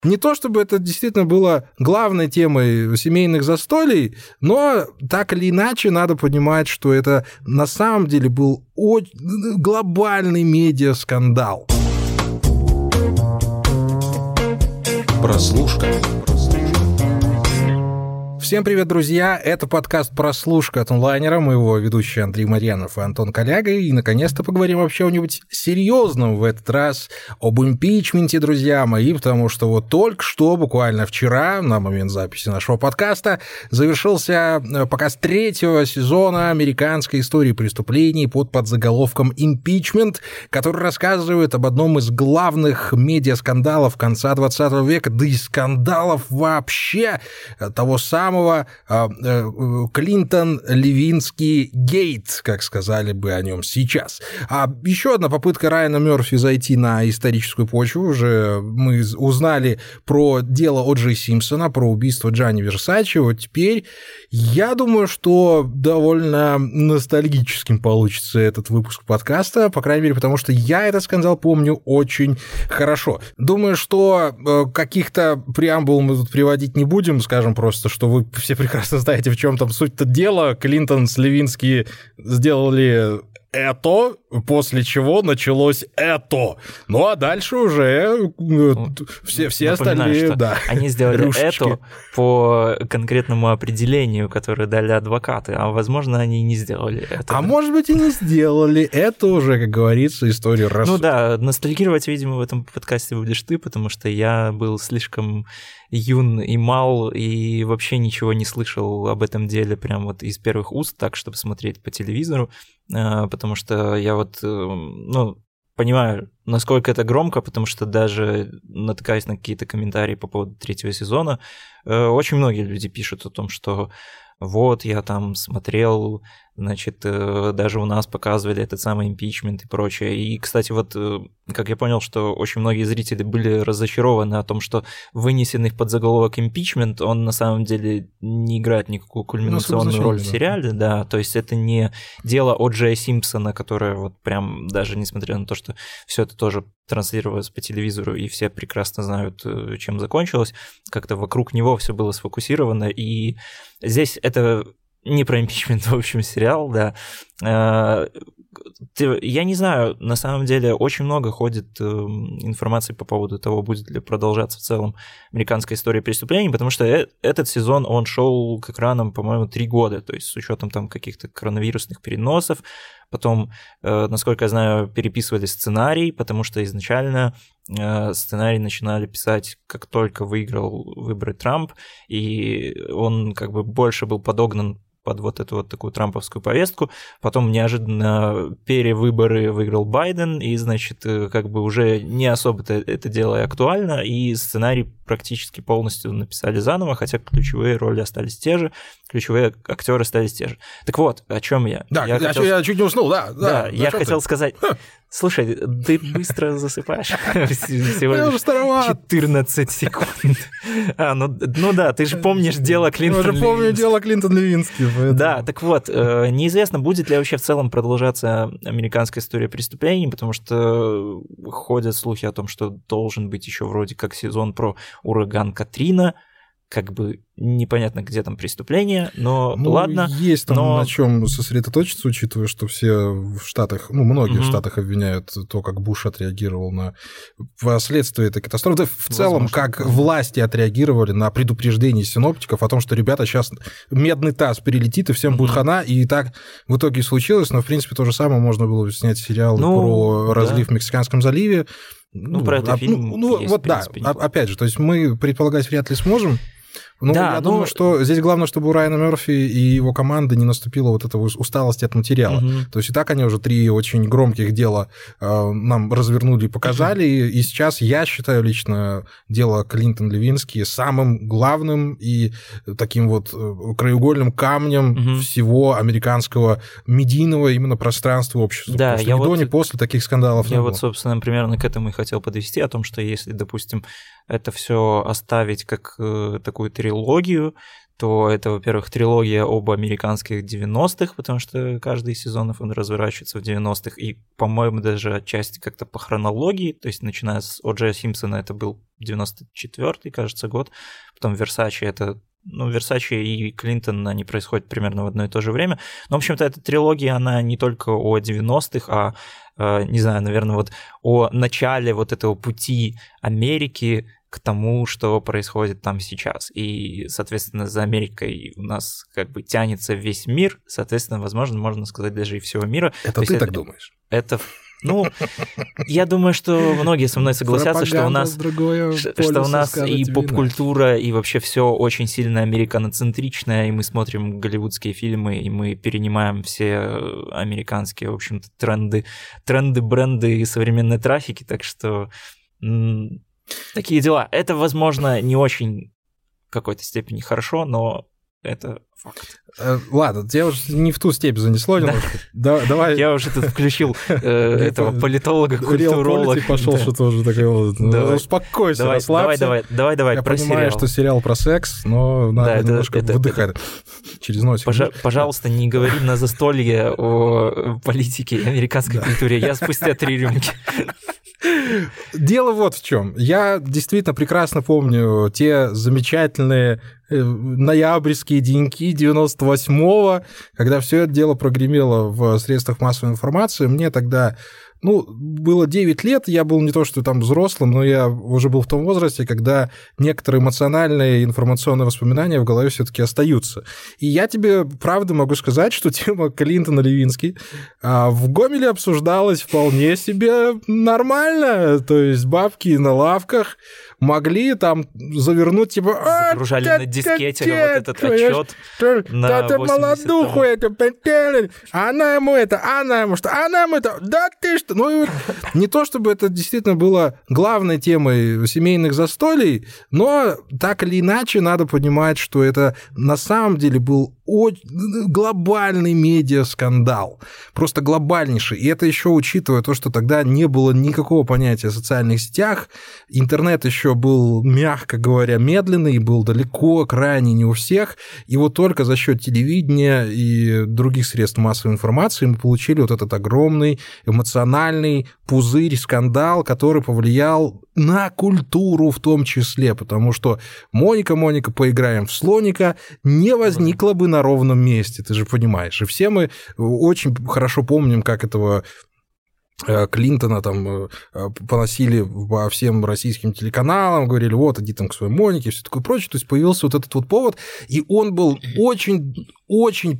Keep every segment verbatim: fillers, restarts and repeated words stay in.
Не то чтобы это действительно было главной темой семейных застолий, но так или иначе надо понимать, что это на самом деле был очень глобальный медиаскандал. Прослушка. Всем привет, друзья! Это подкаст «Прослушка» от онлайнера, мы его ведущие Андрей Марьянов и Антон Коляга, и, наконец-то, поговорим вообще о чем-нибудь серьезном в этот раз, об импичменте, друзья мои, потому что вот только что, буквально вчера, на момент записи нашего подкаста, завершился показ третьего сезона американской истории преступлений под подзаголовком «Импичмент», который рассказывает об одном из главных медиаскандалов конца двадцатого века, да и скандалов вообще, того самого Клинтон-Левинский гейт, как сказали бы о нем сейчас. А еще одна попытка Райана Мерфи зайти на историческую почву. Уже мы узнали про дело О Джей Симпсона, про убийство Джанни Версачи. Вот теперь я думаю, что довольно ностальгическим получится этот выпуск подкаста, по крайней мере, потому что я этот скандал помню очень хорошо. Думаю, что каких-то преамбул мы тут приводить не будем, скажем просто, что вы все прекрасно знаете, в чем там суть-то дела. Клинтон с Левински сделали это, после чего началось это. Ну, а дальше уже ну, все, все остальные, да. Они сделали рюшечки. Это по конкретному определению, которое дали адвокаты, а, возможно, они не сделали это. А может быть, и не сделали. Это уже, как говорится, история раз. Ну да, ностальгировать, видимо, в этом подкасте будешь ты, потому что я был слишком юн и мал, и вообще ничего не слышал об этом деле прям вот из первых уст, так, чтобы смотреть по телевизору, потому что я вот, ну, понимаю, насколько это громко, потому что даже натыкаясь на какие-то комментарии по поводу третьего сезона, очень многие люди пишут о том, что вот, я там смотрел, значит, даже у нас показывали этот самый импичмент и прочее. И, кстати, вот, как я понял, что очень многие зрители были разочарованы о том, что вынесенный в подзаголовок импичмент, он на самом деле не играет никакую кульминационную роль в сериале, да, то есть это не дело О Джея Симпсона, которое вот прям, даже несмотря на то, что все это тоже транслировалось по телевизору, и все прекрасно знают, чем закончилось, как-то вокруг него все было сфокусировано, и здесь это не про импичмент, в общем, сериал, да. Я не знаю, на самом деле очень много ходит информации по поводу того, будет ли продолжаться в целом американская история преступлений, потому что этот сезон, он шел к экранам, по-моему, три года, то есть с учетом там каких-то коронавирусных переносов. Потом, насколько я знаю, переписывали сценарий, потому что изначально сценарий начинали писать, как только выиграл выборы Трамп, и он как бы больше был подогнан под вот эту вот такую трамповскую повестку. Потом неожиданно перевыборы выиграл Байден, и, значит, как бы уже не особо-то это дело и актуально, и сценарий практически полностью написали заново, хотя ключевые роли остались те же, ключевые актеры остались те же. Так вот, о чем я? Да, я, я, хотел... я чуть не уснул, да. Да, да я хотел ты? сказать... Слушай, ты быстро засыпаешь. Всего я уже лишь староват. четырнадцать секунд. А, ну, ну да, ты же помнишь дело Клинтон-Левински. Я уже помню дело Клинтон-Левински. Поэтому... Да, так вот, неизвестно, будет ли вообще в целом продолжаться американская история преступлений, потому что ходят слухи о том, что должен быть еще вроде как сезон про ураган Катрина. Как бы непонятно, где там преступление, но ну, ладно. Есть там но... на чем сосредоточиться, учитывая, что все в Штатах, ну, многие mm-hmm. в Штатах обвиняют то, как Буш отреагировал на последствия этой катастрофы. Да, в целом, Возможно. как власти отреагировали на предупреждение синоптиков о том, что, ребята, сейчас медный таз перелетит, и всем mm-hmm. будет хана, и так в итоге случилось. Но, в принципе, то же самое можно было снять сериал ну, про разлив да. в Мексиканском заливе. Ну, ну про это а, фильм ну, ну, есть, вот, в принципе, да, опять же, то есть мы предполагать вряд ли сможем. Ну, да, я ну... думаю, что здесь главное, чтобы у Райана Мерфи и его команды не наступила вот эта усталость от материала. Угу. То есть и так они уже три очень громких дела э, нам развернули и показали, угу. и, и сейчас я считаю лично дело Клинтон-Левински самым главным и таким вот краеугольным камнем угу. всего американского медийного именно пространства общества. Да, Потому что я ни вот... до, ни после таких скандалов я не вот, было. собственно, примерно к этому и хотел подвести, о том, что если, допустим, это все оставить как э, такую трилогию, то это, во-первых, трилогия об американских девяностых, потому что каждый из сезонов он разворачивается в девяностых, и, по-моему, даже отчасти как-то по хронологии, то есть начиная с О. Джея Симпсона это был девяносто четвёртый, кажется, год, потом Версачи это... Ну, Версачи и Клинтон, они происходят примерно в одно и то же время. Но, в общем-то, эта трилогия, она не только о девяностых, а, не знаю, наверное, вот о начале вот этого пути Америки к тому, что происходит там сейчас. И, соответственно, за Америкой у нас как бы тянется весь мир, соответственно, возможно, можно сказать, даже и всего мира. Это ты так думаешь? Это... Ну, я думаю, что многие со мной согласятся, что у нас, что у нас и поп-культура, и вообще все очень сильно американоцентричное, и мы смотрим голливудские фильмы, и мы перенимаем все американские, в общем-то, тренды, тренды, бренды и современной трафики, так что м- такие дела. Это, возможно, не очень в какой-то степени хорошо, но это факт. Ладно, тебя уже не в ту степь занесло немножко. Да, давай. Я уже тут включил э, этого политолога, культуролога. Ты пошел, да. Что-то уже такое. Вот. Ну, успокойся, давай, расслабься. Давай, давай, давай, давай. Я про понимаю, сериал. что сериал про секс, но надо да, немножко это, выдыхать это, через носик. Пожа- пожалуйста, не говори на застолье о политике и американской да. культуре. Я спустя три рюмки. Дело вот в чем. Я действительно прекрасно помню те замечательные ноябрьские деньки девяносто восьмого, когда все это дело прогремело в средствах массовой информации. Мне тогда, ну, было девять лет, я был не то что там взрослым, но я уже был в том возрасте, когда некоторые эмоциональные информационные воспоминания в голове все-таки остаются. И я тебе правда могу сказать, что тема Клинтона-Левински в Гомеле обсуждалась вполне себе нормально, то есть бабки на лавках могли там завернуть, типа... Загружали на дискете вот этот отчет на да, молодуху это, она ему это, она ему что, она ему это, да ты что? Ну, не то чтобы это действительно было главной темой семейных застолий, но так или иначе надо понимать, что это на самом деле был глобальный медиаскандал, просто глобальнейший. И это еще учитывая то, что тогда не было никакого понятия о социальных сетях, интернет еще был, мягко говоря, медленный, был далеко, крайне не у всех, и вот только за счет телевидения и других средств массовой информации мы получили вот этот огромный эмоциональный пузырь, скандал, который повлиял на культуру в том числе, потому что Моника, Моника, поиграем в слоника не возникла бы на ровном месте, ты же понимаешь. И все мы очень хорошо помним, как этого Клинтона там поносили по всем российским телеканалам, говорили, вот, иди там к своей Монике, все такое прочее. То есть появился вот этот вот повод, и он был очень, очень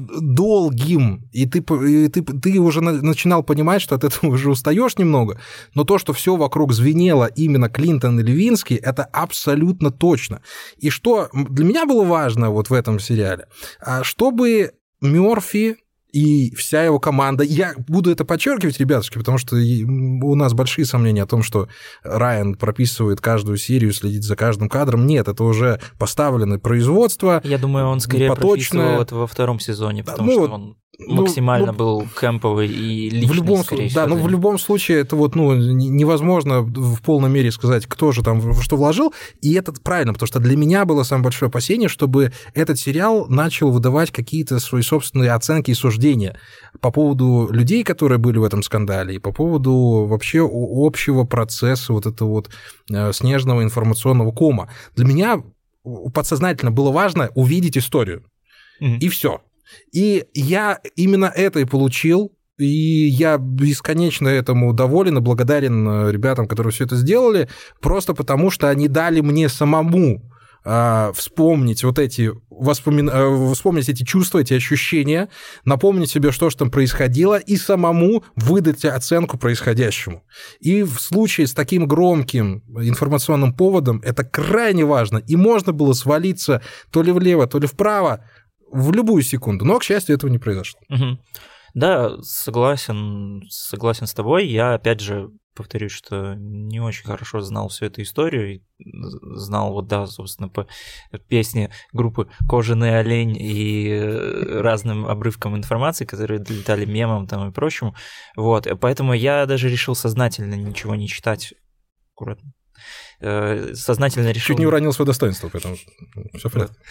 долгим, и ты, и ты, ты уже начинал понимать, что от этого уже устаешь немного, но то, что все вокруг звенело именно Клинтон и Левински, это абсолютно точно. И что для меня было важно вот в этом сериале, чтобы Мёрфи и вся его команда. Я буду это подчеркивать, ребятушки, потому что у нас большие сомнения о том, что Райан прописывает каждую серию, следит за каждым кадром. Нет, это уже поставленное производство. Я думаю, он скорее поточное. прописывал это во втором сезоне, потому ну, что он максимально ну, был кемповый и личный, в любом, скорее да, всего. Но в любом случае это вот, ну, невозможно в полной мере сказать, кто же там что вложил, и это правильно, потому что для меня было самое большое опасение, чтобы этот сериал начал выдавать какие-то свои собственные оценки и суждения по поводу людей, которые были в этом скандале, и по поводу вообще общего процесса вот этого вот снежного информационного кома. Для меня подсознательно было важно увидеть историю, mm-hmm. и все. И я именно это и получил, и я бесконечно этому доволен и благодарен ребятам, которые все это сделали, просто потому что они дали мне самому э, вспомнить вот эти воспомин... э, вспомнить эти чувства, эти ощущения, напомнить себе, что же там происходило, и самому выдать оценку происходящему. И в случае с таким громким информационным поводом это крайне важно, и можно было свалиться то ли влево, то ли вправо, в любую секунду, но, к счастью, этого не произошло. Угу. Да, согласен, согласен с тобой. Я, опять же, повторюсь, что не очень хорошо знал всю эту историю. Знал, вот, да, собственно, по песне группы «Кожаный олень» и разным обрывкам информации, которые долетали мемом там и прочему. Вот, поэтому я даже решил сознательно ничего не читать. Аккуратно. сознательно решил... Чуть не уронил свое достоинство, поэтому все в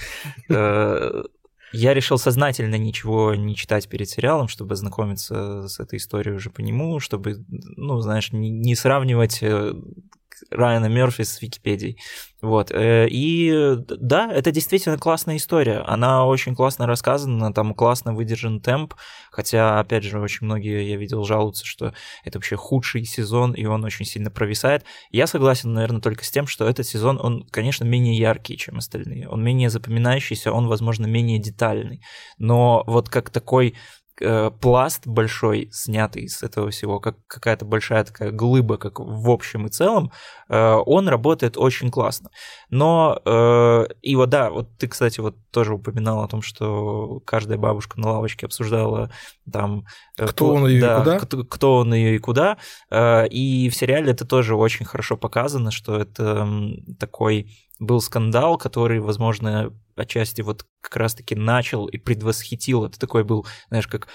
порядке. Я решил сознательно ничего не читать перед сериалом, чтобы ознакомиться с этой историей уже по нему, чтобы, ну, знаешь, не сравнивать Райана Мёрфи с Википедией. Вот. И да, это действительно классная история. Она очень классно рассказана, там классно выдержан темп, хотя, опять же, очень многие, я видел, жалуются, что это вообще худший сезон, и он очень сильно провисает. Я согласен, наверное, только с тем, что этот сезон, он, конечно, менее яркий, чем остальные. Он менее запоминающийся, он, возможно, менее детальный. Но вот как такой пласт большой, снятый с этого всего, как какая-то большая такая глыба, как в общем и целом, он работает очень классно. Но, и вот да, вот ты, кстати, вот тоже упоминал о том, что каждая бабушка на лавочке обсуждала там... Кто он ее да, и куда? Кто, кто он ее и куда. И в сериале это тоже очень хорошо показано, что это такой был скандал, который, возможно, отчасти вот как раз-таки начал и предвосхитил. Это такой был, знаешь, как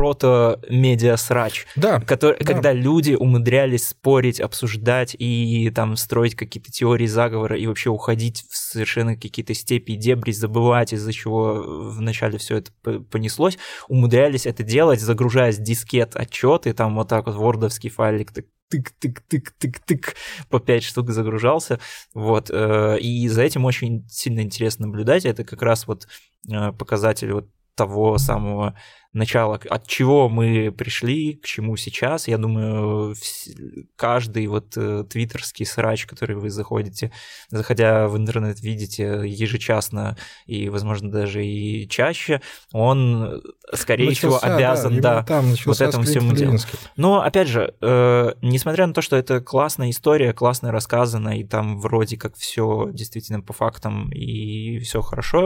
прото-медиа-срач, да, который, да. когда люди умудрялись спорить, обсуждать и там строить какие-то теории заговора и вообще уходить в совершенно какие-то степи и дебри, забывать, из-за чего вначале все это понеслось, умудрялись это делать, загружая с дискет отчеты, там вот так вот вордовский файлик, так тык-тык-тык-тык-тык по пять штук загружался, вот, и за этим очень сильно интересно наблюдать, это как раз вот показатель вот того самого начала, от чего мы пришли, к чему сейчас. Я думаю, каждый вот твиттерский срач, который вы заходите, заходя в интернет, видите ежечасно и, возможно, даже и чаще, он, скорее начался, всего, обязан да, да, вот этому всему делу. Но, опять же, э, несмотря на то, что это классная история, классно рассказана, и там вроде как все действительно по фактам и все хорошо,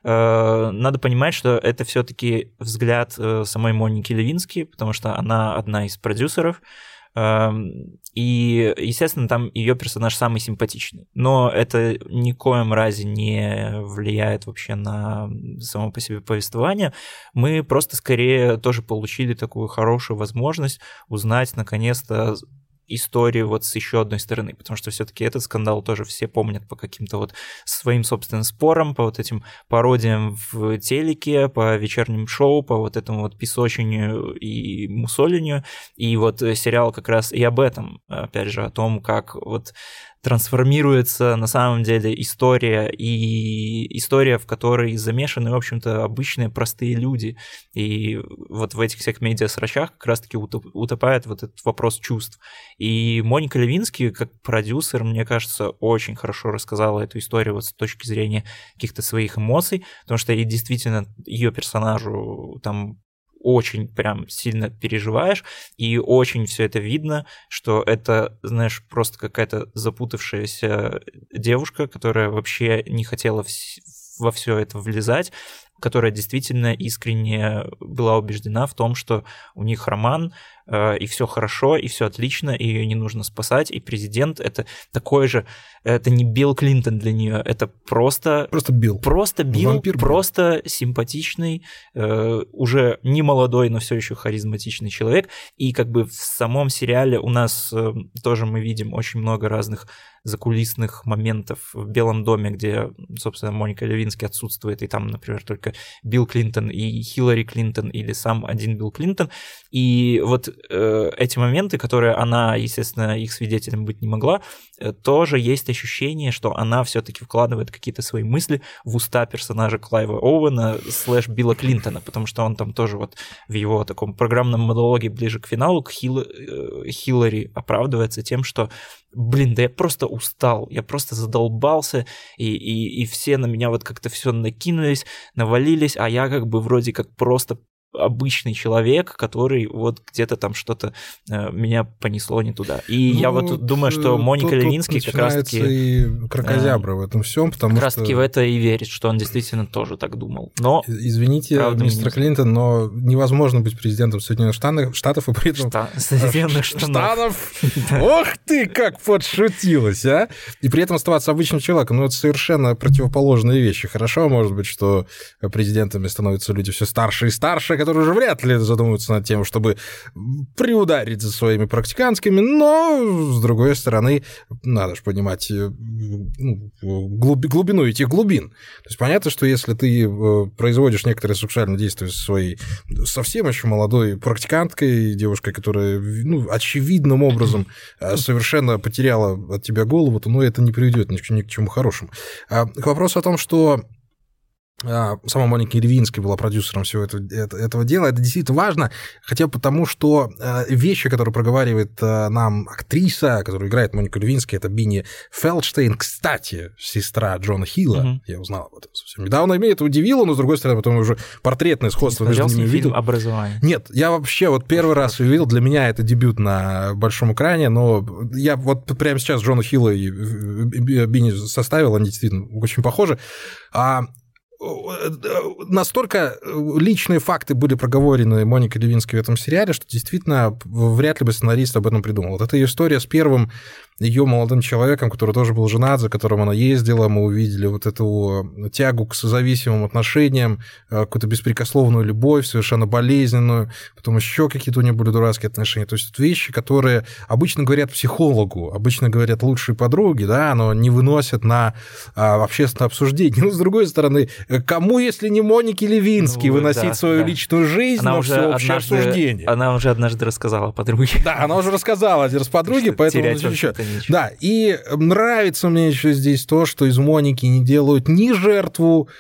э, надо понимать, что это все-таки взгляд самой Моники Левински, потому что она одна из продюсеров, и, естественно, там ее персонаж самый симпатичный. Но это ни в коем разе не влияет вообще на само по себе повествование. Мы просто скорее тоже получили такую хорошую возможность узнать, наконец-то, историю вот с еще одной стороны, потому что все-таки этот скандал тоже все помнят по каким-то вот своим собственным спорам, по вот этим пародиям в телеке, по вечерним шоу, по вот этому вот песочению и мусолению, и вот сериал как раз и об этом, опять же, о том, как вот трансформируется на самом деле история, и история, в которой замешаны, в общем-то, обычные простые люди. И вот в этих всех медиа-срачах как раз-таки утопает вот этот вопрос чувств. И Моника Левински, как продюсер, мне кажется, очень хорошо рассказала эту историю вот с точки зрения каких-то своих эмоций, потому что и действительно ее персонажу там очень прям сильно переживаешь, и очень все это видно, что это, знаешь, просто какая-то запутавшаяся девушка, которая вообще не хотела во все это влезать, которая действительно искренне была убеждена в том, что у них роман, и все хорошо, и все отлично, и ее не нужно спасать, и президент это такой же, это не Билл Клинтон для нее, это просто... Просто Билл. Просто Билл, Вампир просто Билл. Симпатичный, уже не молодой, но все еще харизматичный человек, и как бы в самом сериале у нас тоже мы видим очень много разных закулисных моментов в Белом доме, где, собственно, Моника Левински отсутствует, и там, например, только Билл Клинтон и Хиллари Клинтон, или сам один Билл Клинтон, и вот э, эти моменты, которые она, естественно, их свидетелем быть не могла, э, тоже есть ощущение, что она все-таки вкладывает какие-то свои мысли в уста персонажа Клайва Оуэна слэш Билла Клинтона, потому что он там тоже вот в его таком программном монологе ближе к финалу к Хилл... э, Хиллари оправдывается тем, что блин, да я просто устал, я просто задолбался, и, и, и все на меня вот как-то все накинулись, навалились, а я как бы вроде как просто обычный человек, который вот где-то там что-то э, меня понесло не туда. И ну, я вот думаю, что Моника тут, Левински тут как раз-таки... и кракозябра э, в этом всем, потому как что... раз-таки в это и верит, что он действительно тоже так думал. Но... Извините, правда, мистер Клинтон, но невозможно быть президентом Соединенных Штатов, Штатов и при этом... Шта... Соединенных Штатов. Ох ты, как подшутилась, а! И при этом оставаться обычным человеком. Ну, это совершенно противоположные вещи. Хорошо, может быть, что президентами становятся люди все старше и старше, которые уже вряд ли задумываются над тем, чтобы приударить за своими практиканскими, но, с другой стороны, надо же понимать глубину этих глубин. То есть понятно, что если ты производишь некоторые сексуальные действия со своей совсем еще молодой практиканткой, девушкой, которая, ну, очевидным образом совершенно потеряла от тебя голову, то, ну, это не приведет ни к, ни к чему хорошему. К вопросу о том, что сама Моника Левински была продюсером всего этого, этого дела. Это действительно важно, хотя бы потому, что вещи, которые проговаривает нам актриса, которая играет Монику Левински, это Бинни Фельдштейн, кстати, сестра Джона Хилла. Mm-hmm. Я узнал об этом совсем недавно. Меня это удивило, но, с другой стороны, потом уже портретное сходство между ними увидел. «Образование»? Нет, я вообще вот первый Очень раз хорошо. увидел. Для меня это дебют на большом экране, но я вот прямо сейчас Джона Хилла и Бинни составил, они действительно очень похожи. А настолько личные факты были проговорены Моникой Левински в этом сериале, что действительно вряд ли бы сценарист об этом придумал. Вот эта ее история с первым ее молодым человеком, который тоже был женат, за которым она ездила, мы увидели вот эту тягу к созависимым отношениям, какую-то беспрекословную любовь, совершенно болезненную, потом еще какие-то у нее были дурацкие отношения. То есть вещи, которые обычно говорят психологу, обычно говорят лучшие подруги, да, но не выносят на общественное обсуждение. Но, с другой стороны, кому, если не Монике Левински, ну, выносить да, свою да. личную жизнь она на всеобщее однажды, обсуждение? Она уже однажды рассказала подруге. Да, она уже рассказала один раз подруге, поэтому... Еще... Да, и нравится мне еще здесь то, что из Моники не делают ни жертву,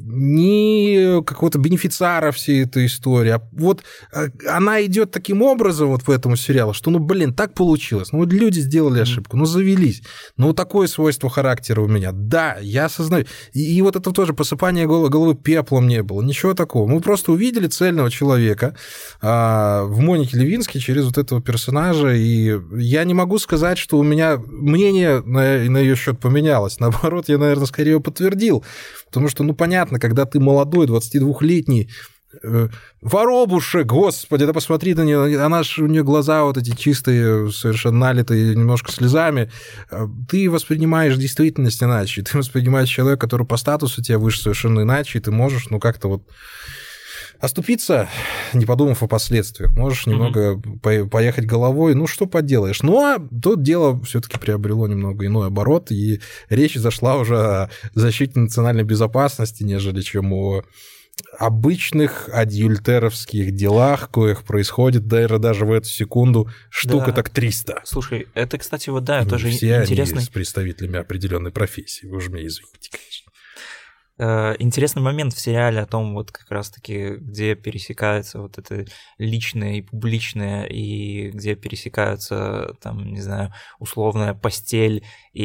ни какого-то бенефициара всей этой истории. А вот она идет таким образом вот в этом сериале, что, ну, блин, так получилось. Ну, вот люди сделали ошибку, ну, завелись. Ну, вот такое свойство характера у меня. Да, я осознаю. И, и вот это тоже посыпание головы, головы пеплом не было. Ничего такого. Мы просто увидели цельного человека а, в Монике Левински через вот этого персонажа, и я не могу сказать, что у меня мнение на, на ее счет поменялось. Наоборот, я, наверное, скорее его подтвердил. Потому что, ну, понятно, когда ты молодой, двадцатидвухлетний э, воробушек, господи, да посмотри на нее, она же, у нее глаза вот эти чистые, совершенно налитые немножко слезами, ты воспринимаешь действительность иначе, ты воспринимаешь человека, который по статусу тебя выше совершенно иначе, и ты можешь, ну, как-то вот оступиться, не подумав о последствиях. Можешь mm-hmm. немного поехать головой, ну, что поделаешь. Ну, а тут дело все-таки приобрело немного иной оборот, и речь зашла уже о защите национальной безопасности, нежели чем о обычных адюльтеровских делах, коих происходит даже, даже в эту секунду штука да. так триста. Слушай, это, кстати, вот да, ну, тоже все интересно. Они с представителями определенной профессии, вы уж меня извините, конечно. Интересный момент в сериале о том, вот как раз-таки, где пересекается вот это личное и публичное, и где пересекаются, там, не знаю, условная постель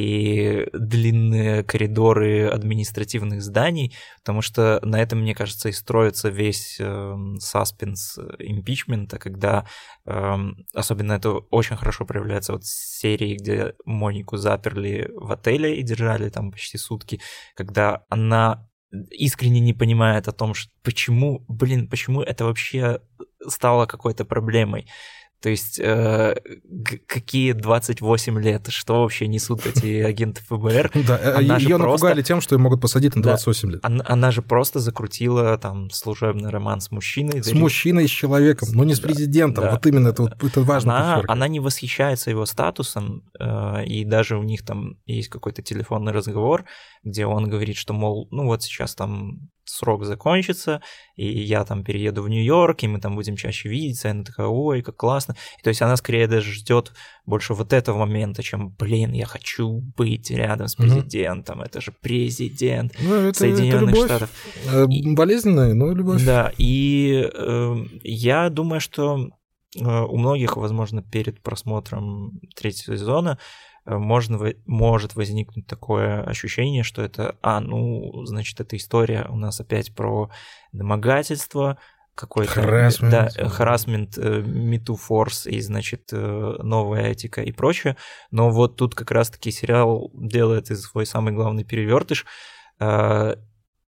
и длинные коридоры административных зданий, потому что на этом, мне кажется, и строится весь э, саспенс импичмента, когда э, особенно это очень хорошо проявляется вот в серии, где Монику заперли в отеле и держали там почти сутки, когда она искренне не понимает о том, что почему, блин, почему это вообще стало какой-то проблемой. То есть э, какие двадцать восемь лет, что вообще несут эти агенты ФБР? Да, ее напугали тем, что ее могут посадить на двадцать восемь лет. Она же просто закрутила там служебный роман с мужчиной. С мужчиной, с человеком, но не с президентом. Вот именно это важно. Она не восхищается его статусом, и даже у них там есть какой-то телефонный разговор, где он говорит, что, мол, ну вот сейчас там срок закончится, и я там перееду в Нью-Йорк, и мы там будем чаще видеться, и она такая, ой, как классно. И, то есть она скорее даже ждет больше вот этого момента, чем, блин, я хочу быть рядом с президентом, mm-hmm. это же президент ну, это, Соединенных это любовь, Штатов. Болезненная, но любовь. Да, и э, я думаю, что э, у многих, возможно, перед просмотром третьего сезона можно, может возникнуть такое ощущение, что это, а, ну, значит, эта история у нас опять про домогательство, какой-то... Харассмент. Да, харассмент, MeToo Force и, значит, новая этика и прочее. Но вот тут как раз-таки сериал делает свой самый главный перевертыш.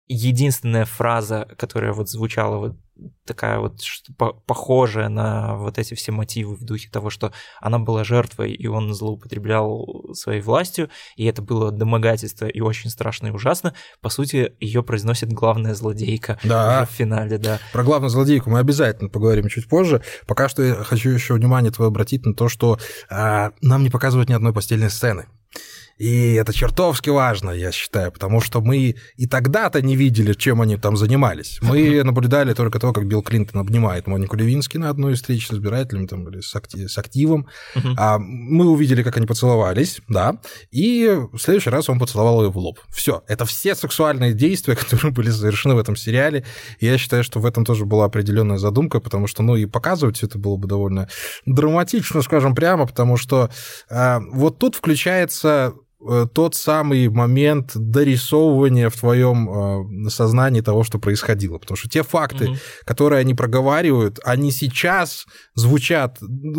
единственная фраза, которая вот звучала вот такая вот что, по, похожая на вот эти все мотивы в духе того, что она была жертвой, и он злоупотреблял своей властью, и это было домогательство и очень страшно и ужасно, по сути, ее произносит главная злодейка да. уже в финале, да. Про главную злодейку мы обязательно поговорим чуть позже. Пока что я хочу еще внимание твое обратить на то, что а, нам не показывают ни одной постельной сцены. И это чертовски важно, я считаю, потому что мы и тогда-то не видели, чем они там занимались. Мы наблюдали только то, как Билл Клинтон обнимает Монику Левински на одной из встреч с избирателями там, или с, актив, с активом. Uh-huh. А мы увидели, как они поцеловались, да, и в следующий раз он поцеловал ее в лоб. Все, это все сексуальные действия, которые были совершены в этом сериале. И я считаю, что в этом тоже была определенная задумка, потому что, ну, и показывать это было бы довольно драматично, скажем прямо, потому что а, вот тут включается тот самый момент дорисовывания в твоем сознании того, что происходило. Потому что те факты, угу. которые они проговаривают, они сейчас звучат...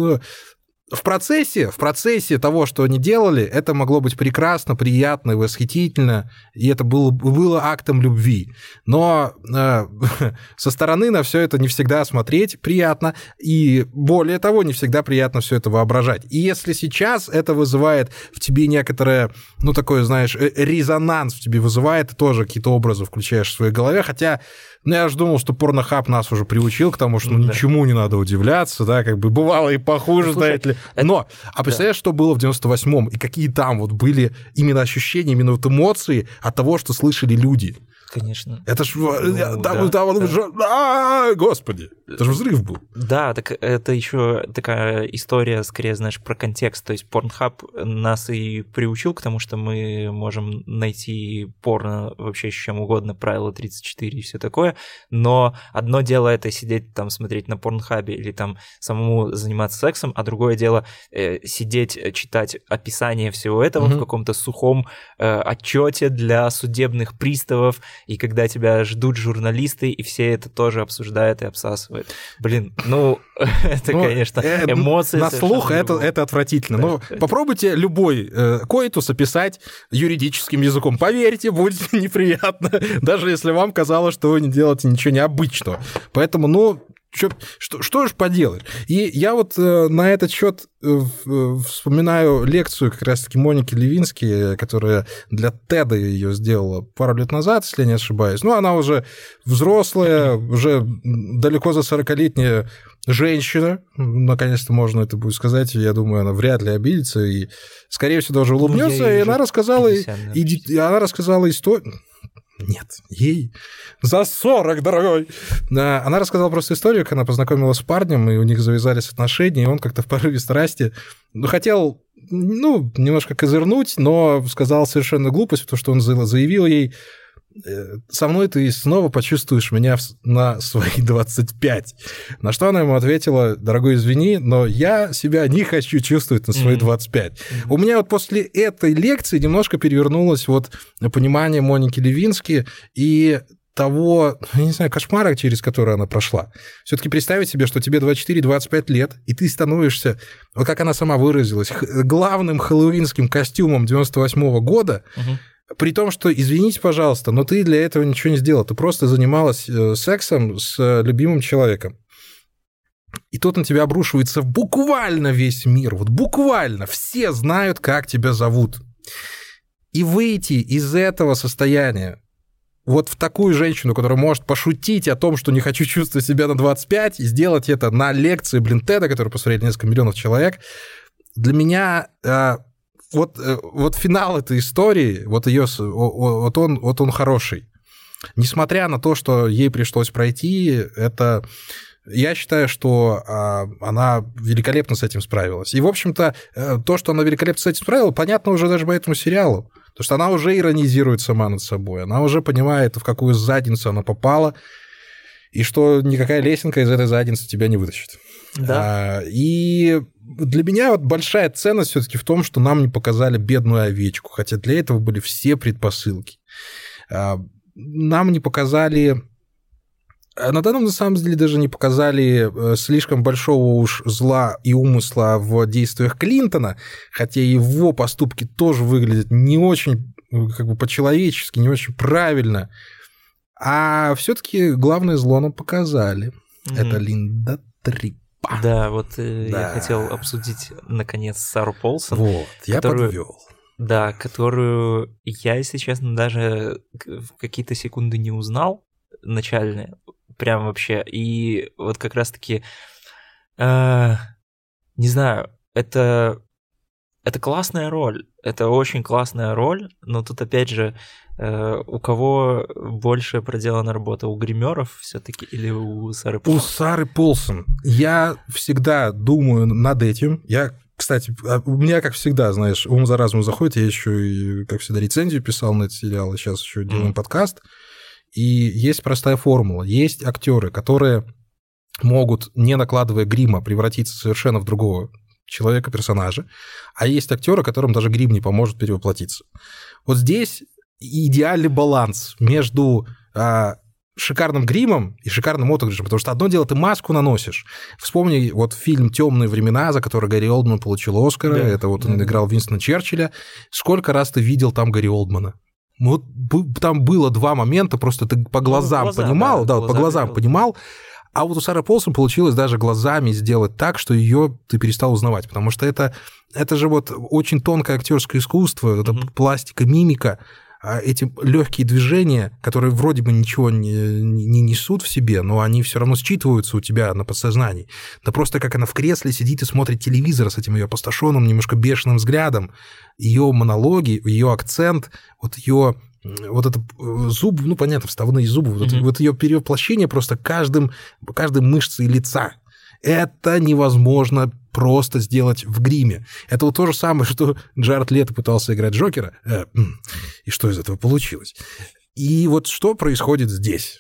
В процессе, в процессе того, что они делали, это могло быть прекрасно, приятно и восхитительно, и это было, было актом любви. Но э, со стороны на все это не всегда смотреть приятно, и более того, не всегда приятно все это воображать. И если сейчас это вызывает в тебе некоторое, ну, такой, знаешь, резонанс в тебе вызывает, ты тоже какие-то образы включаешь в своей голове, хотя... Ну, я же думал, что Порнохаб нас уже приучил к тому, что ну, да. ничему не надо удивляться, да, как бы бывало и похуже, ну, знаете ли. Это... Но, а представляешь, да. что было в девяносто восьмом, и какие там вот были именно ощущения, именно вот эмоции от того, что слышали люди. Конечно. Это ж... Ну, там, да, там, да. Ж... А, господи, это же взрыв был. Да, так это еще такая история, скорее, знаешь, про контекст. То есть Pornhub нас и приучил к тому, что мы можем найти порно вообще с чем угодно, правило тридцать четыре и все такое, но одно дело это сидеть там, смотреть на Pornhub или там самому заниматься сексом, а другое дело э, сидеть, читать описание всего этого mm-hmm. в каком-то сухом э, отчете для судебных приставов, и когда тебя ждут журналисты, и все это тоже обсуждают и обсасывают. Блин, ну, это, ну, конечно, эмоции. На слух это, это отвратительно. Да, но это... попробуйте любой э, коитус описать юридическим языком. Поверьте, будет неприятно, даже если вам казалось, что вы не делаете ничего необычного. Поэтому, ну, Что, что, что же поделать? И я вот э, на этот счет э, вспоминаю лекцию как раз-таки Моники Левински, которая для Теда ее сделала пару лет назад, если я не ошибаюсь. Ну, она уже взрослая, уже далеко за сорокалетняя женщина, наконец-то можно это будет сказать, я думаю, она вряд ли обидится и, скорее всего, даже улыбнется. Ну, и она рассказала, пятьдесят, и, и она рассказала историю. Нет, ей за сорок, дорогой. Она рассказала просто историю, как она познакомилась с парнем, и у них завязались отношения, и он как-то в порыве страсти ну, хотел, ну, немножко козырнуть, но сказал совершенно глупость, потому что он заявил ей: со мной ты снова почувствуешь меня на свои двадцать пять. На что она ему ответила: дорогой, извини, но я себя не хочу чувствовать на свои двадцать пять. Mm-hmm. У меня вот после этой лекции немножко перевернулось вот понимание Моники Левински и того, я не знаю, кошмара, через который она прошла. Все-таки представить себе, что тебе двадцать четыре - двадцать пять лет, и ты становишься, вот как она сама выразилась, главным хэллоуинским костюмом девяносто восьмого года, mm-hmm. При том, что, извините, пожалуйста, но ты для этого ничего не сделал. Ты просто занималась сексом с любимым человеком. И тут на тебя обрушивается буквально весь мир. Вот буквально все знают, как тебя зовут. И выйти из этого состояния вот в такую женщину, которая может пошутить о том, что не хочу чувствовать себя на двадцать пять, и сделать это на лекции, блин, Теда, которую посмотрели несколько миллионов человек, для меня... Вот, вот финал этой истории, вот, ее, вот, он, вот он хороший. Несмотря на то, что ей пришлось пройти, это... Я считаю, что она великолепно с этим справилась. И, в общем-то, то, что она великолепно с этим справилась, понятно уже даже по этому сериалу. Потому что она уже иронизирует сама над собой. Она уже понимает, в какую задницу она попала, и что никакая лесенка из этой задницы тебя не вытащит. Да. И для меня вот большая ценность все-таки в том, что нам не показали бедную овечку, хотя для этого были все предпосылки. Нам не показали... На данном, на самом деле, даже не показали слишком большого уж зла и умысла в действиях Клинтона, хотя его поступки тоже выглядят не очень как бы по-человечески, не очень правильно. А все-таки главное зло нам показали. Мгм. Это Линда Трипа. Да, вот э, Да. я хотел обсудить, наконец, Сару Полсон. Вот, я которую- подвел. Да, которую я, если честно, даже к- в какие-то секунды не узнал начальные, прям вообще. И вот как раз-таки, э, не знаю, это, это классная роль, это очень классная роль, но тут опять же, э, у кого больше проделана работа, у гримеров все-таки или у Сары У Полсон? Сары Полсон. Я всегда думаю над этим. Я, кстати, а у меня, как всегда, знаешь, ум за разум заходит. Я еще и, как всегда, рецензию писал на этот сериал, и сейчас еще делаем Мгм. подкаст. И есть простая формула. Есть актеры, которые могут, не накладывая грима, превратиться совершенно в другого человека, персонажа, а есть актеры, которым даже грим не поможет перевоплотиться. Вот здесь идеальный баланс между а, шикарным гримом и шикарным отыгрышем, потому что одно дело, ты маску наносишь. Вспомни вот фильм «Темные времена», за который Гарри Олдман получил Оскара, Да, это вот он да. играл Винстона Черчилля. Сколько раз ты видел там Гарри Олдмана? Вот б- там было два момента, просто ты по глазам глаза, понимал, да, да, вот по глаза глазам видел. понимал, а вот у Сары Полсон получилось даже глазами сделать так, что ее ты перестал узнавать, потому что это, это же вот очень тонкое актерское искусство, это Мгм. пластика, мимика, а эти легкие движения, которые вроде бы ничего не, не несут в себе, но они все равно считываются у тебя на подсознании. Да просто как она в кресле сидит и смотрит телевизор с этим ее опустошенным, немножко бешеным взглядом, ее монологи, ее акцент, вот ее вот это э, зуб, ну, понятно, вставные зубы, вот, это- Мгм. вот ее перевоплощение просто каждым, каждой мышцей лица. Это невозможно просто сделать в гриме. Это вот то же самое, что Джаред Лето пытался играть Джокера, э, м, и что из этого получилось. И вот что происходит здесь?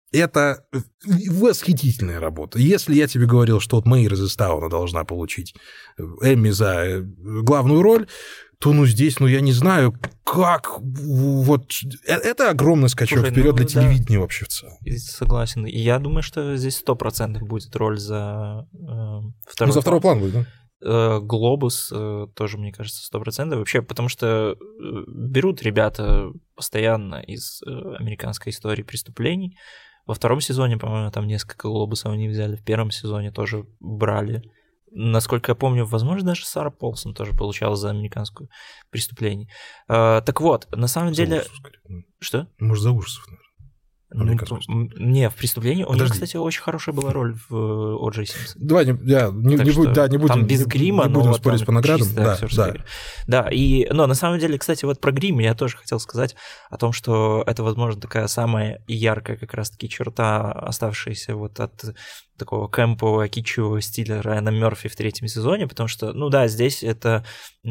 Это восхитительная работа. Если я тебе говорил, что вот Мэйр из Истауна должна получить Эмми за э, главную роль, то ну здесь, ну я не знаю, как вот э, это огромный скачок Слушай, вперед ну для да. телевидения вообще в целом. И согласен. И я думаю, что здесь сто процентов будет роль за э, второй Ну, за второй план. план будет, да? Э, Глобус э, тоже, мне кажется, сто процентов. Вообще, потому что э, берут ребята постоянно из э, американской истории преступлений. Во втором сезоне, по-моему, там несколько глобусов они взяли. В первом сезоне тоже брали. Насколько я помню, возможно, даже Сара Полсон тоже получала за американскую преступление. Э, так вот, на самом За деле... ужасов, скорее. Что? Может, за ужасов, наверное. Ну, Американскую м, не, в преступлении. У него, Подожди. кстати, очень хорошая была роль в э, О Джей Симпсон. Давай, не, я, не, Так не, что будь- да, не будем, там без не- грима, не но будем вот спорить там по наградам. чистая Да, актерская да. игра. Да, и, но на самом деле, кстати, вот про грим я тоже хотел сказать о том, что это, возможно, такая самая яркая как раз-таки черта, оставшаяся вот от такого кэмпового, кичевого стиля Райана Мёрфи в третьем сезоне, потому что, ну да, здесь это...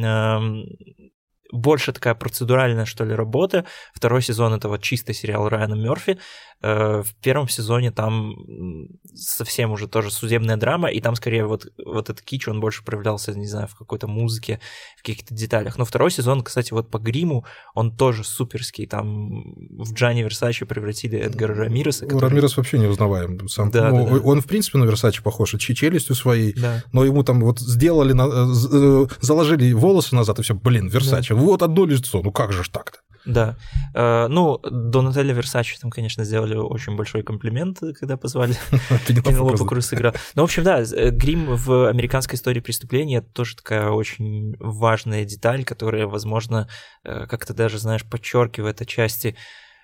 эм, больше такая процедуральная, что ли, работа. Второй сезон — это вот чистый сериал Райана Мёрфи. Э, В первом сезоне там м, совсем уже тоже судебная драма, и там скорее вот, вот этот кич, он больше проявлялся, не знаю, в какой-то музыке, в каких-то деталях. Но второй сезон, кстати, вот по гриму, он тоже суперский. Там в Джанни Версачи превратили Эдгара Рамиреса. который- Рамирес вообще не узнаваем. Сам, Да, ну, да, да. Он, в принципе, на Версаче похож, и че- челюстью своей, Да. но ему там вот сделали, на- э, з- э, заложили волосы назад, и все, блин, Версаче, вот одно лицо, ну как же ж так-то? Да. Э, Ну, Донателло Версачи там, конечно, сделали очень большой комплимент, когда позвали Пенелопу Круз сыграл. Ну, в общем, да, э, грим в американской истории преступления — это тоже такая очень важная деталь, которая, возможно, э, как-то даже, знаешь, подчеркивает отчасти,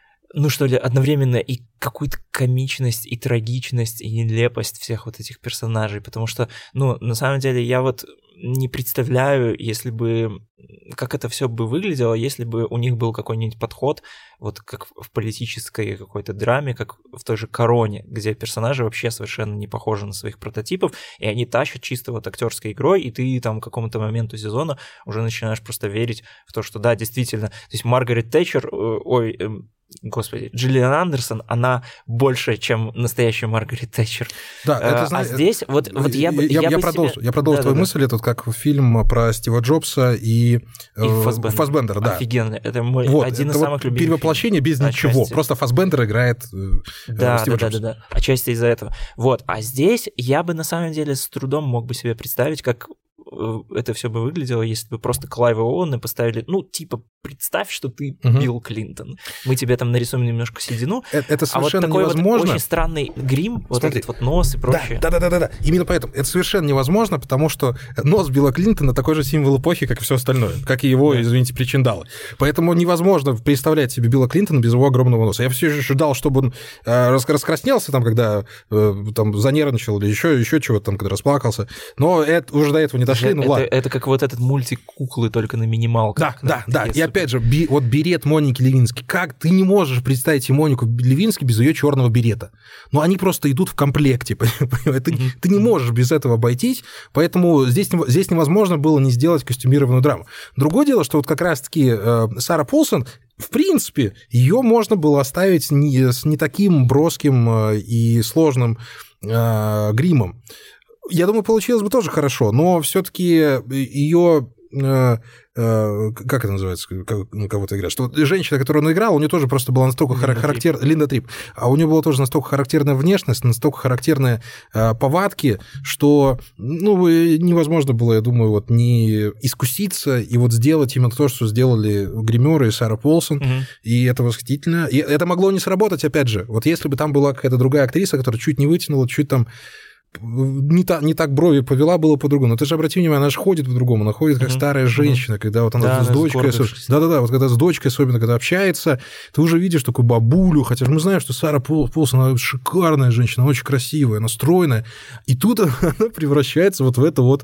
ну что ли, одновременно и какую-то комичность, и трагичность, и нелепость всех вот этих персонажей, потому что, ну, на самом деле, я вот не представляю, если бы, как это все бы выглядело, если бы у них был какой-нибудь подход, вот как в политической какой-то драме, как в той же «Короне», где персонажи вообще совершенно не похожи на своих прототипов, и они тащат чисто вот актерской игрой, и ты там к какому-то моменту сезона уже начинаешь просто верить в то, что да, действительно, то есть Маргарет Тэтчер, э, ой, э, господи, Джиллиан Андерсон, она больше, чем настоящая Маргарет Тэтчер. Да, это, а, знаешь, а здесь вот, вот я бы... Я, я я бы продолжу, себе... я продолжу да, твою да, мысль, это вот как фильм про Стива Джобса и, И э, Фассбендера. Фассбендера, да. Офигенно. Это мой Вот, один из это самых вот любимых перевоплощение без фильмов. ничего, Отчасти. просто Фассбендер играет э, Да, Стива да, да, Джобса. да, да. Отчасти из-за этого. Вот. А здесь я бы на самом деле с трудом мог бы себе представить, как это все бы выглядело, если бы просто Клайва Оуэна поставили, ну, типа, представь, что ты угу. Билл Клинтон. Мы тебе там нарисуем немножко седину. Это, это совершенно а вот такой невозможно. Вот очень странный грим, вот Смотри, этот вот нос и прочее. Да, да, да, да, да. Именно поэтому это совершенно невозможно, потому что нос Билла Клинтона такой же символ эпохи, как и все остальное, как и его, да. извините, причиндалы. Поэтому невозможно представлять себе Билла Клинтона без его огромного носа. Я все еще ждал, чтобы он э, раскраснелся там, когда э, там занервничал или еще, еще чего-то там, когда расплакался. Но это, уже до этого не дошли, ну это, ладно. Это как вот этот мультик «Куклы», только на минималках. Да, да, да. И опять же, би, вот берет Моники Левински. Как ты не можешь представить себе Монику Левински без ее черного берета? Ну, они просто идут в комплекте. Ты, mm-hmm. ты не можешь без этого обойтись, поэтому здесь, здесь невозможно было не сделать костюмированную драму. Другое дело, что вот как раз-таки э, Сара Полсон, в принципе, ее можно было оставить не, с не таким броским э, и сложным э, гримом. Я думаю, получилось бы тоже хорошо, но все-таки ее... Э, э, как это называется, как, ну, кого-то играет? Что женщина, которую он играл, у нее тоже просто была настолько характерная... Линда Трип. А у нее была тоже настолько характерная внешность, настолько характерные э, повадки, что ну, невозможно было, я думаю, вот не искуситься и вот сделать именно то, что сделали гримеры и Сара Полсон. Угу. И это восхитительно. И это могло не сработать, опять же. Вот если бы там была какая-то другая актриса, которая чуть не вытянула, чуть там... Не, та, не так брови повела, было по-другому. Но ты же обрати внимание, она же ходит по-другому, она ходит как mm-hmm. старая женщина, mm-hmm. когда вот она да, с дочкой... Да-да-да, вот когда с дочкой особенно, когда общается, ты уже видишь такую бабулю, хотя же мы знаем, что Сара Полсон, она шикарная женщина, очень красивая, она стройная, и тут она превращается вот в эту вот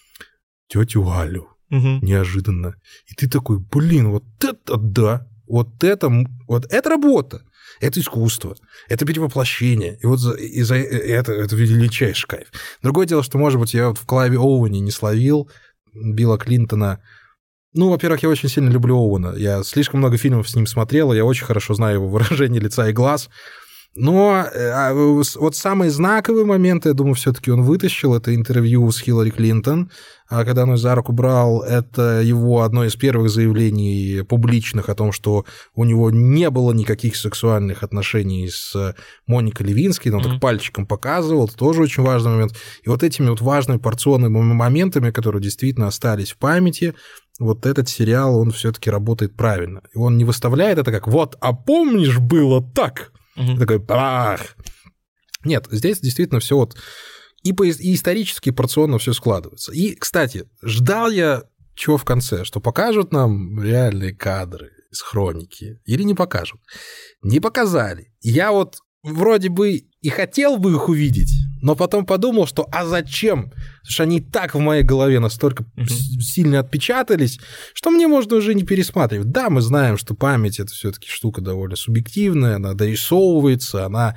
тетю Алю mm-hmm. неожиданно. И ты такой, блин, вот это да, вот это, вот это работа. Это искусство, это перевоплощение, и вот за, и за это, это величайший кайф. Другое дело, что, может быть, я вот в Клайве Оуэне не словил Билла Клинтона. Ну, во-первых, я очень сильно люблю Оуэна, я слишком много фильмов с ним смотрел, я очень хорошо знаю его выражение лица и глаз. Но вот самые знаковые моменты, я думаю, все-таки он вытащил. Это интервью с Хиллари Клинтон, когда он ее за руку брал. Это его одно из первых заявлений публичных о том, что у него не было никаких сексуальных отношений с Моникой Левински. Он mm-hmm. так пальчиком показывал. Это тоже очень важный момент. И вот этими вот важными порционными моментами, которые действительно остались в памяти, вот этот сериал, он все-таки работает правильно. И он не выставляет это как «вот, а помнишь, было так?» Mm-hmm. Такой «бах!» Нет, здесь действительно все вот и, по, и исторически, и порционно все складывается. И, кстати, ждал я чего в конце, что покажут нам реальные кадры из хроники или не покажут. Не показали. Я вот вроде бы и хотел бы их увидеть, но потом подумал, что а зачем? Потому что они и так в моей голове настолько mm-hmm. сильно отпечатались, что мне можно уже не пересматривать. Да, мы знаем, что память — это все-таки штука довольно субъективная, она дорисовывается, она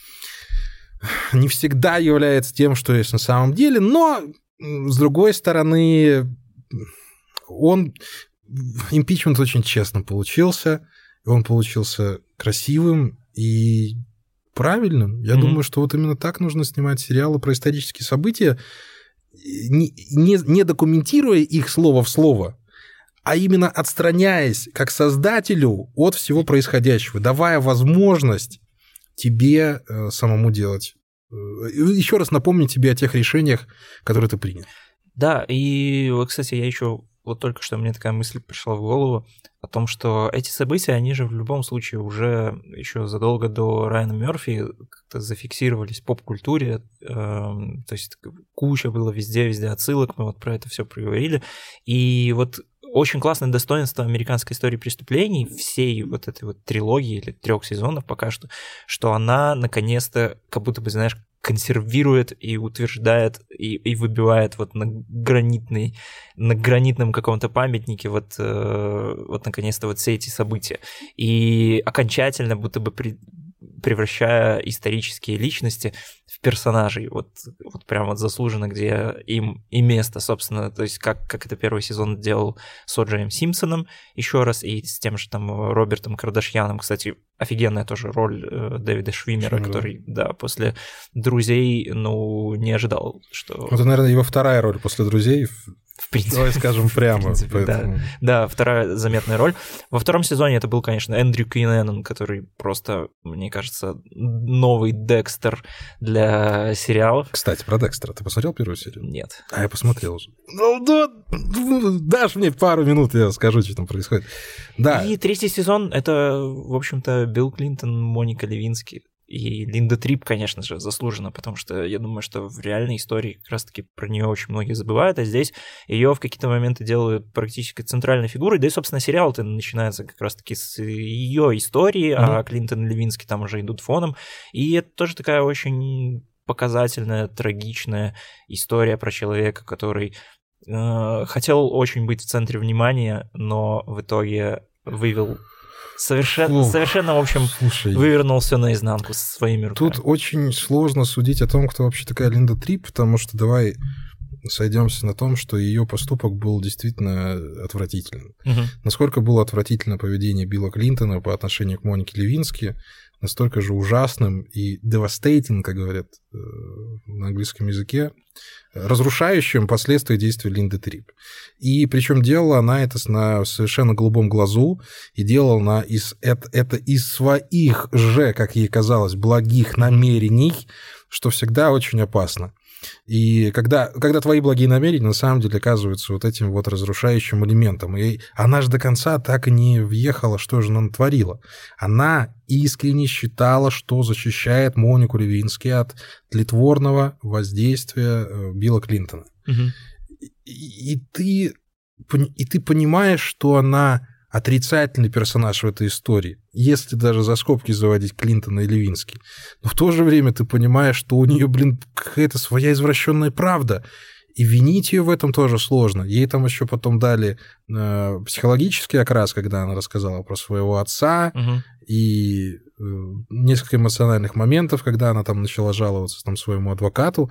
не всегда является тем, что есть на самом деле, но, с другой стороны, он... импичмент очень честно получился, он получился красивым и правильным. Я mm-hmm. думаю, что вот именно так нужно снимать сериалы про исторические события, не, не, не документируя их слово в слово, а именно отстраняясь как создателю от всего происходящего, давая возможность тебе э, самому делать. Еще раз напомнить тебе о тех решениях, которые ты принял. Да, и вот, кстати, я еще вот только что мне такая мысль пришла в голову о том, что эти события, они же в любом случае уже еще задолго до Райана Мёрфи как-то зафиксировались в поп-культуре, э, то есть куча было везде-везде отсылок, мы вот про это все проговорили, и вот очень классное достоинство американской истории преступлений, всей вот этой вот трилогии или трех сезонов пока что, что она наконец-то как будто бы, знаешь, консервирует и утверждает, и, и выбивает вот на гранитный, на гранитном каком-то памятнике вот, э, вот наконец-то вот все эти события. И окончательно будто бы при, превращая исторические личности в персонажей, вот, вот прям вот заслуженно, где им и место, собственно, то есть как, как это первый сезон делал с О. Джеем Симпсоном еще раз, и с тем же там Робертом Кардашьяном, кстати, офигенная тоже роль э, Дэвида Швиммера, Швиммер. который, да, после «Друзей», ну, не ожидал, что... Это, наверное, его вторая роль после «Друзей». В принципе. Давай скажем прямо. Принципе, поэтому... да. да, вторая заметная роль. Во втором сезоне это был, конечно, Эндрю Кинненон, который просто, мне кажется, новый Декстер для сериалов. Кстати, про Декстера. Ты посмотрел первую серию? Нет. А я посмотрел уже. Ну, да, дашь мне пару минут, я скажу, что там происходит. Да. И третий сезон — это, в общем-то, Билл Клинтон, Моника Левински. И Линда Трип, конечно же, заслуженно, потому что я думаю, что в реальной истории как раз-таки про нее очень многие забывают, а здесь ее в какие-то моменты делают практически центральной фигурой, да и, собственно, сериал-то начинается как раз-таки с ее истории, mm-hmm. а Клинтон и Левински там уже идут фоном, и это тоже такая очень показательная, трагичная история про человека, который э, хотел очень быть в центре внимания, но в итоге вывел... Совершенно, Фух, совершенно, в общем, слушай, вывернул все наизнанку своими руками. Тут очень сложно судить о том, кто вообще такая Линда Трип, потому что давай сойдемся на том, что ее поступок был действительно отвратительным. Угу. Насколько было отвратительно поведение Билла Клинтона по отношению к Монике Левински, настолько же ужасным и devastating, как говорят на английском языке, разрушающим последствия действий Линды Трип. И причем делала она это на совершенно голубом глазу, и делала она из, это, это из своих же, как ей казалось, благих намерений, что всегда очень опасно. И когда, когда твои благие намерения на самом деле оказываются вот этим вот разрушающим элементом, и она же до конца так и не въехала, что же она натворила. Она искренне считала, что защищает Монику Левински от тлетворного воздействия Билла Клинтона. Угу. И, и, ты, и ты понимаешь, что она отрицательный персонаж в этой истории, если даже за скобки заводить Клинтона и Левински. Но в то же время ты понимаешь, что у нее, блин, какая-то своя извращенная правда. И винить ее в этом тоже сложно. Ей там еще потом дали э, психологический окрас, когда она рассказала про своего отца, угу. и э, несколько эмоциональных моментов, когда она там начала жаловаться там, своему адвокату.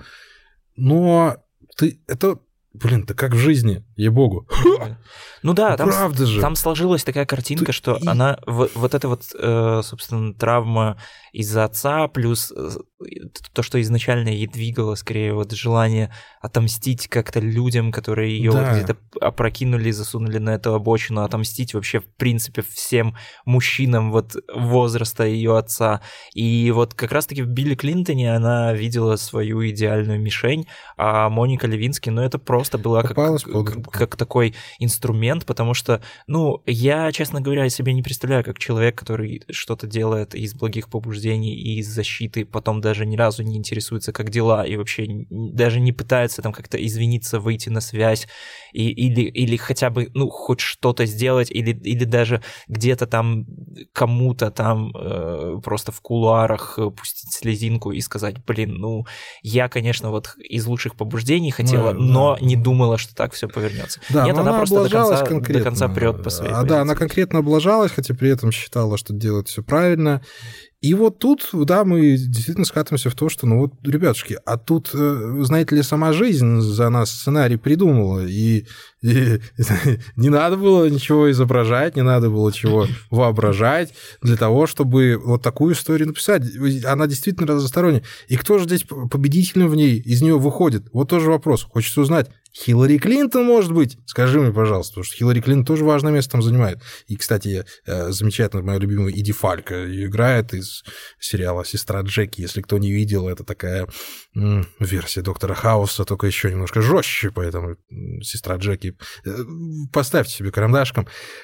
Но ты это... Блин, да как в жизни, ей-богу. Ну да, там, правда же. Там сложилась такая картинка, Ты... что и... она, вот, вот эта вот, собственно, травма из-за отца, плюс то, что изначально ей двигало, скорее, вот желание отомстить как-то людям, которые ее да. вот где-то опрокинули, засунули на эту обочину, отомстить вообще, в принципе, всем мужчинам вот возраста ее отца. И вот как раз-таки в Билли Клинтоне она видела свою идеальную мишень, а Моника Левински, ну, это просто была как, как, как такой инструмент, потому что, ну, я, честно говоря, себе не представляю, как человек, который что-то делает из благих побуждений и из защиты, потом даже ни разу не интересуется, как дела, и вообще даже не пытается там как-то извиниться, выйти на связь, и, или, или хотя бы, ну, хоть что-то сделать, или, или даже где-то там кому-то там э, просто в кулуарах пустить слезинку и сказать, блин, ну, я, конечно, вот из лучших побуждений хотела, да, но да. не думала, что так все повернется. Да, Нет, она, она просто до конца, до конца прет по своей а, позиции. Да, она конкретно облажалась, хотя при этом считала, что делает все правильно. И вот тут, да, мы действительно скатываемся в то, что, ну вот, ребятушки, а тут, знаете ли, сама жизнь за нас сценарий придумала, и, и не надо было ничего изображать, не надо было чего воображать для того, чтобы вот такую историю написать. Она действительно разносторонняя. И кто же здесь победителем в ней, из нее выходит? Вот тоже вопрос. Хочется узнать. Хиллари Клинтон, может быть? Скажи мне, пожалуйста, потому что Хиллари Клинтон тоже важное место там занимает. И, кстати, замечательно, моя любимая Иди Фалько ее играет из сериала «Сестра Джеки». Если кто не видел, это такая м, версия Доктора Хауса, только еще немножко жестче, поэтому «Сестра Джеки». Поставьте себе карандашком.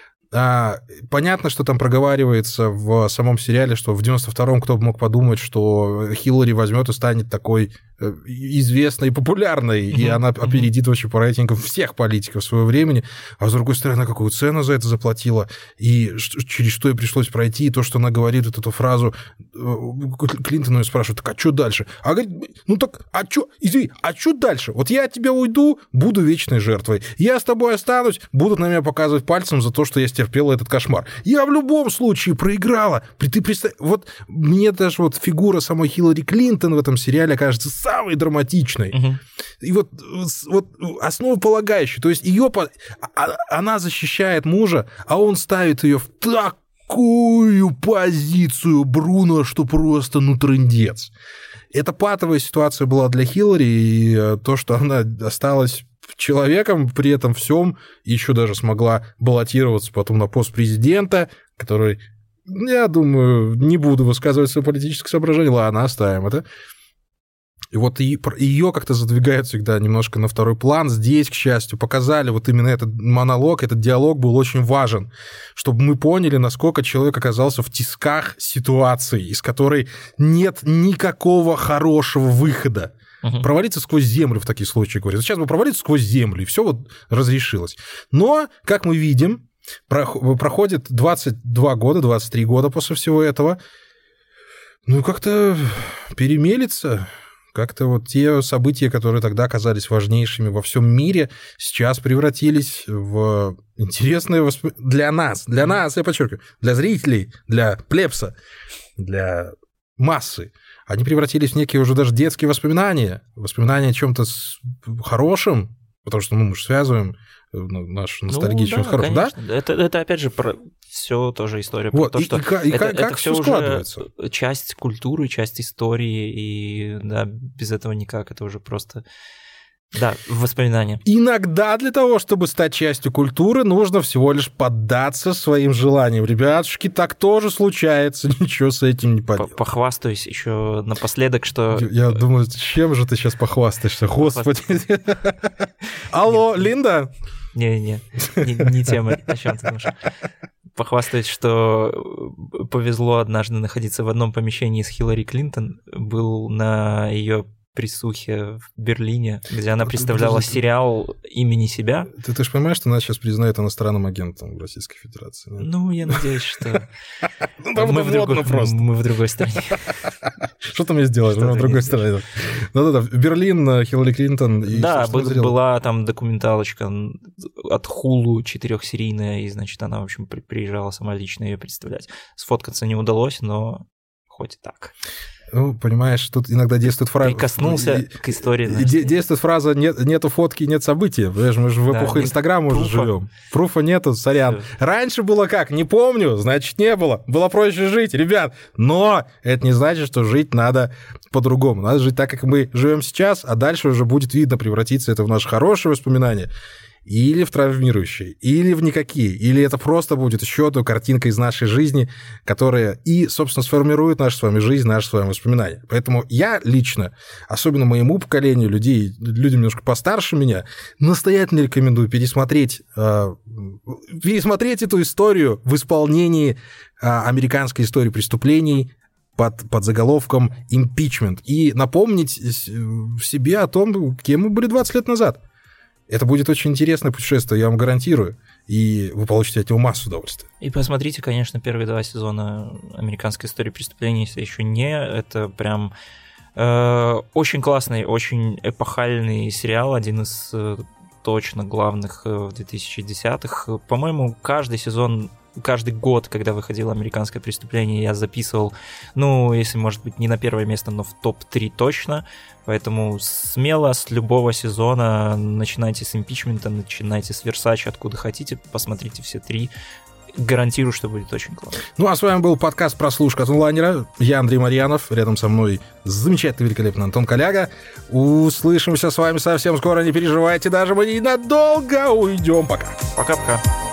А, понятно, что там проговаривается в самом сериале, что в девяносто втором кто бы мог подумать, что Хиллари возьмет и станет такой известной и популярной, mm-hmm. и она опередит вообще по рейтингам всех политиков своего времени, а с другой стороны, какую цену за это заплатила, и через что ей пришлось пройти, и то, что она говорит вот эту фразу, Клинтону ее спрашивают, так а что дальше? А говорит, ну так, а что, извини, а что дальше? Вот я от тебя уйду, буду вечной жертвой, я с тобой останусь, будут на меня показывать пальцем за то, что я стерпела этот кошмар. Я в любом случае проиграла. Ты представь, вот мне даже вот фигура самой Хиллари Клинтон в этом сериале кажется самой драматичной. Угу. И вот, вот основополагающей. То есть ее, она защищает мужа, а он ставит ее в такую позицию Бруно, что просто ну трындец. Это патовая ситуация была для Хиллари, и то, что она осталась человеком при этом всем, еще даже смогла баллотироваться потом на пост президента, который, я думаю, не буду высказывать свои политические соображения, ладно, оставим это. И вот ее как-то задвигают всегда немножко на второй план. Здесь, к счастью, показали вот именно этот монолог, этот диалог был очень важен, чтобы мы поняли, насколько человек оказался в тисках ситуации, из которой нет никакого хорошего выхода. Угу. Провалиться сквозь землю в таких случаях, говорят. Сейчас бы провалиться сквозь землю, и все вот разрешилось. Но, как мы видим, проходит двадцать два года, двадцать три года после всего этого, ну, как-то перемелется. Как-то вот те события, которые тогда казались важнейшими во всем мире, сейчас превратились в интересные воспоминания для нас, для нас, я подчеркиваю, для зрителей, для плебса, для массы. Они превратились в некие уже даже детские воспоминания, воспоминания о чем-то хорошем, потому что ну, мы же связываем наш ностальгию ну, да, хорошим, да? Это, это опять же про все тоже история вот, про то, и, что и, и это, как, это как все уже складывается? Часть культуры, часть истории, и да, без этого никак, это уже просто, да, воспоминания. Иногда для того, чтобы стать частью культуры, нужно всего лишь поддаться своим желаниям. Ребятушки, так тоже случается, ничего с этим не поделать. Похвастаюсь еще напоследок, что... Я, я думаю, чем же ты сейчас похвастаешься, господи. Алло, Линда? Не-не, не, не тема, о чем ты думаешь. Похвастаюсь, что повезло однажды находиться в одном помещении с Хиллари Клинтон. Был на ее присухе в Берлине, где она представляла Подожди, сериал имени себя. Ты, ты же понимаешь, что нас сейчас признают иностранным агентом в Российской Федерации? Нет? Ну, я надеюсь, что мы в другой стране. Что ты мне сделаешь? Мы в другой стране. Да-да-да, Берлин, Хиллари Клинтон. Да, была там документалочка от Hulu четырехсерийная, и, значит, она, в общем, приезжала сама лично ее представлять. Сфоткаться не удалось, но хоть и так. Ну, понимаешь, тут иногда действует фраза... Прикоснулся и, к истории. Де- действует фраза нет, «нету фотки, нет события». Понимаешь, мы же в эпоху да, Инстаграма уже живем. Пруфа нету, сорян. Все. Раньше было как? Не помню, значит, не было. Было проще жить, ребят. Но это не значит, что жить надо по-другому. Надо жить так, как мы живем сейчас, а дальше уже будет видно, превратится это в наши хорошие воспоминания или в травмирующие, или в никакие, или это просто будет еще одна картинка из нашей жизни, которая и, собственно, сформирует нашу с вами жизнь, наши с вами воспоминания. Поэтому я лично, особенно моему поколению людей, людям немножко постарше меня, настоятельно рекомендую пересмотреть, э, пересмотреть эту историю в исполнении э, американской истории преступлений под, под заголовком «Импичмент» и напомнить себе о том, кем мы были двадцать лет назад. Это будет очень интересное путешествие, я вам гарантирую, и вы получите от него массу удовольствия. И посмотрите, конечно, первые два сезона «Американской истории преступлений», если еще не, это прям э, очень классный, очень эпохальный сериал, один из э, точно главных в две тысячи десятых. По-моему, каждый сезон... Каждый год, когда выходило «Американское преступление», я записывал, ну, если, может быть, не на первое место, но в топ три точно. Поэтому смело с любого сезона начинайте с «Импичмента», начинайте с «Версачи», откуда хотите, посмотрите все три. Гарантирую, что будет очень классно. Ну, а с вами был подкаст «Прослушка от онлайнера». Я Андрей Марьянов, рядом со мной замечательный, великолепный Антон Коляга. Услышимся с вами совсем скоро, не переживайте, даже мы ненадолго уйдем. Пока. Пока-пока.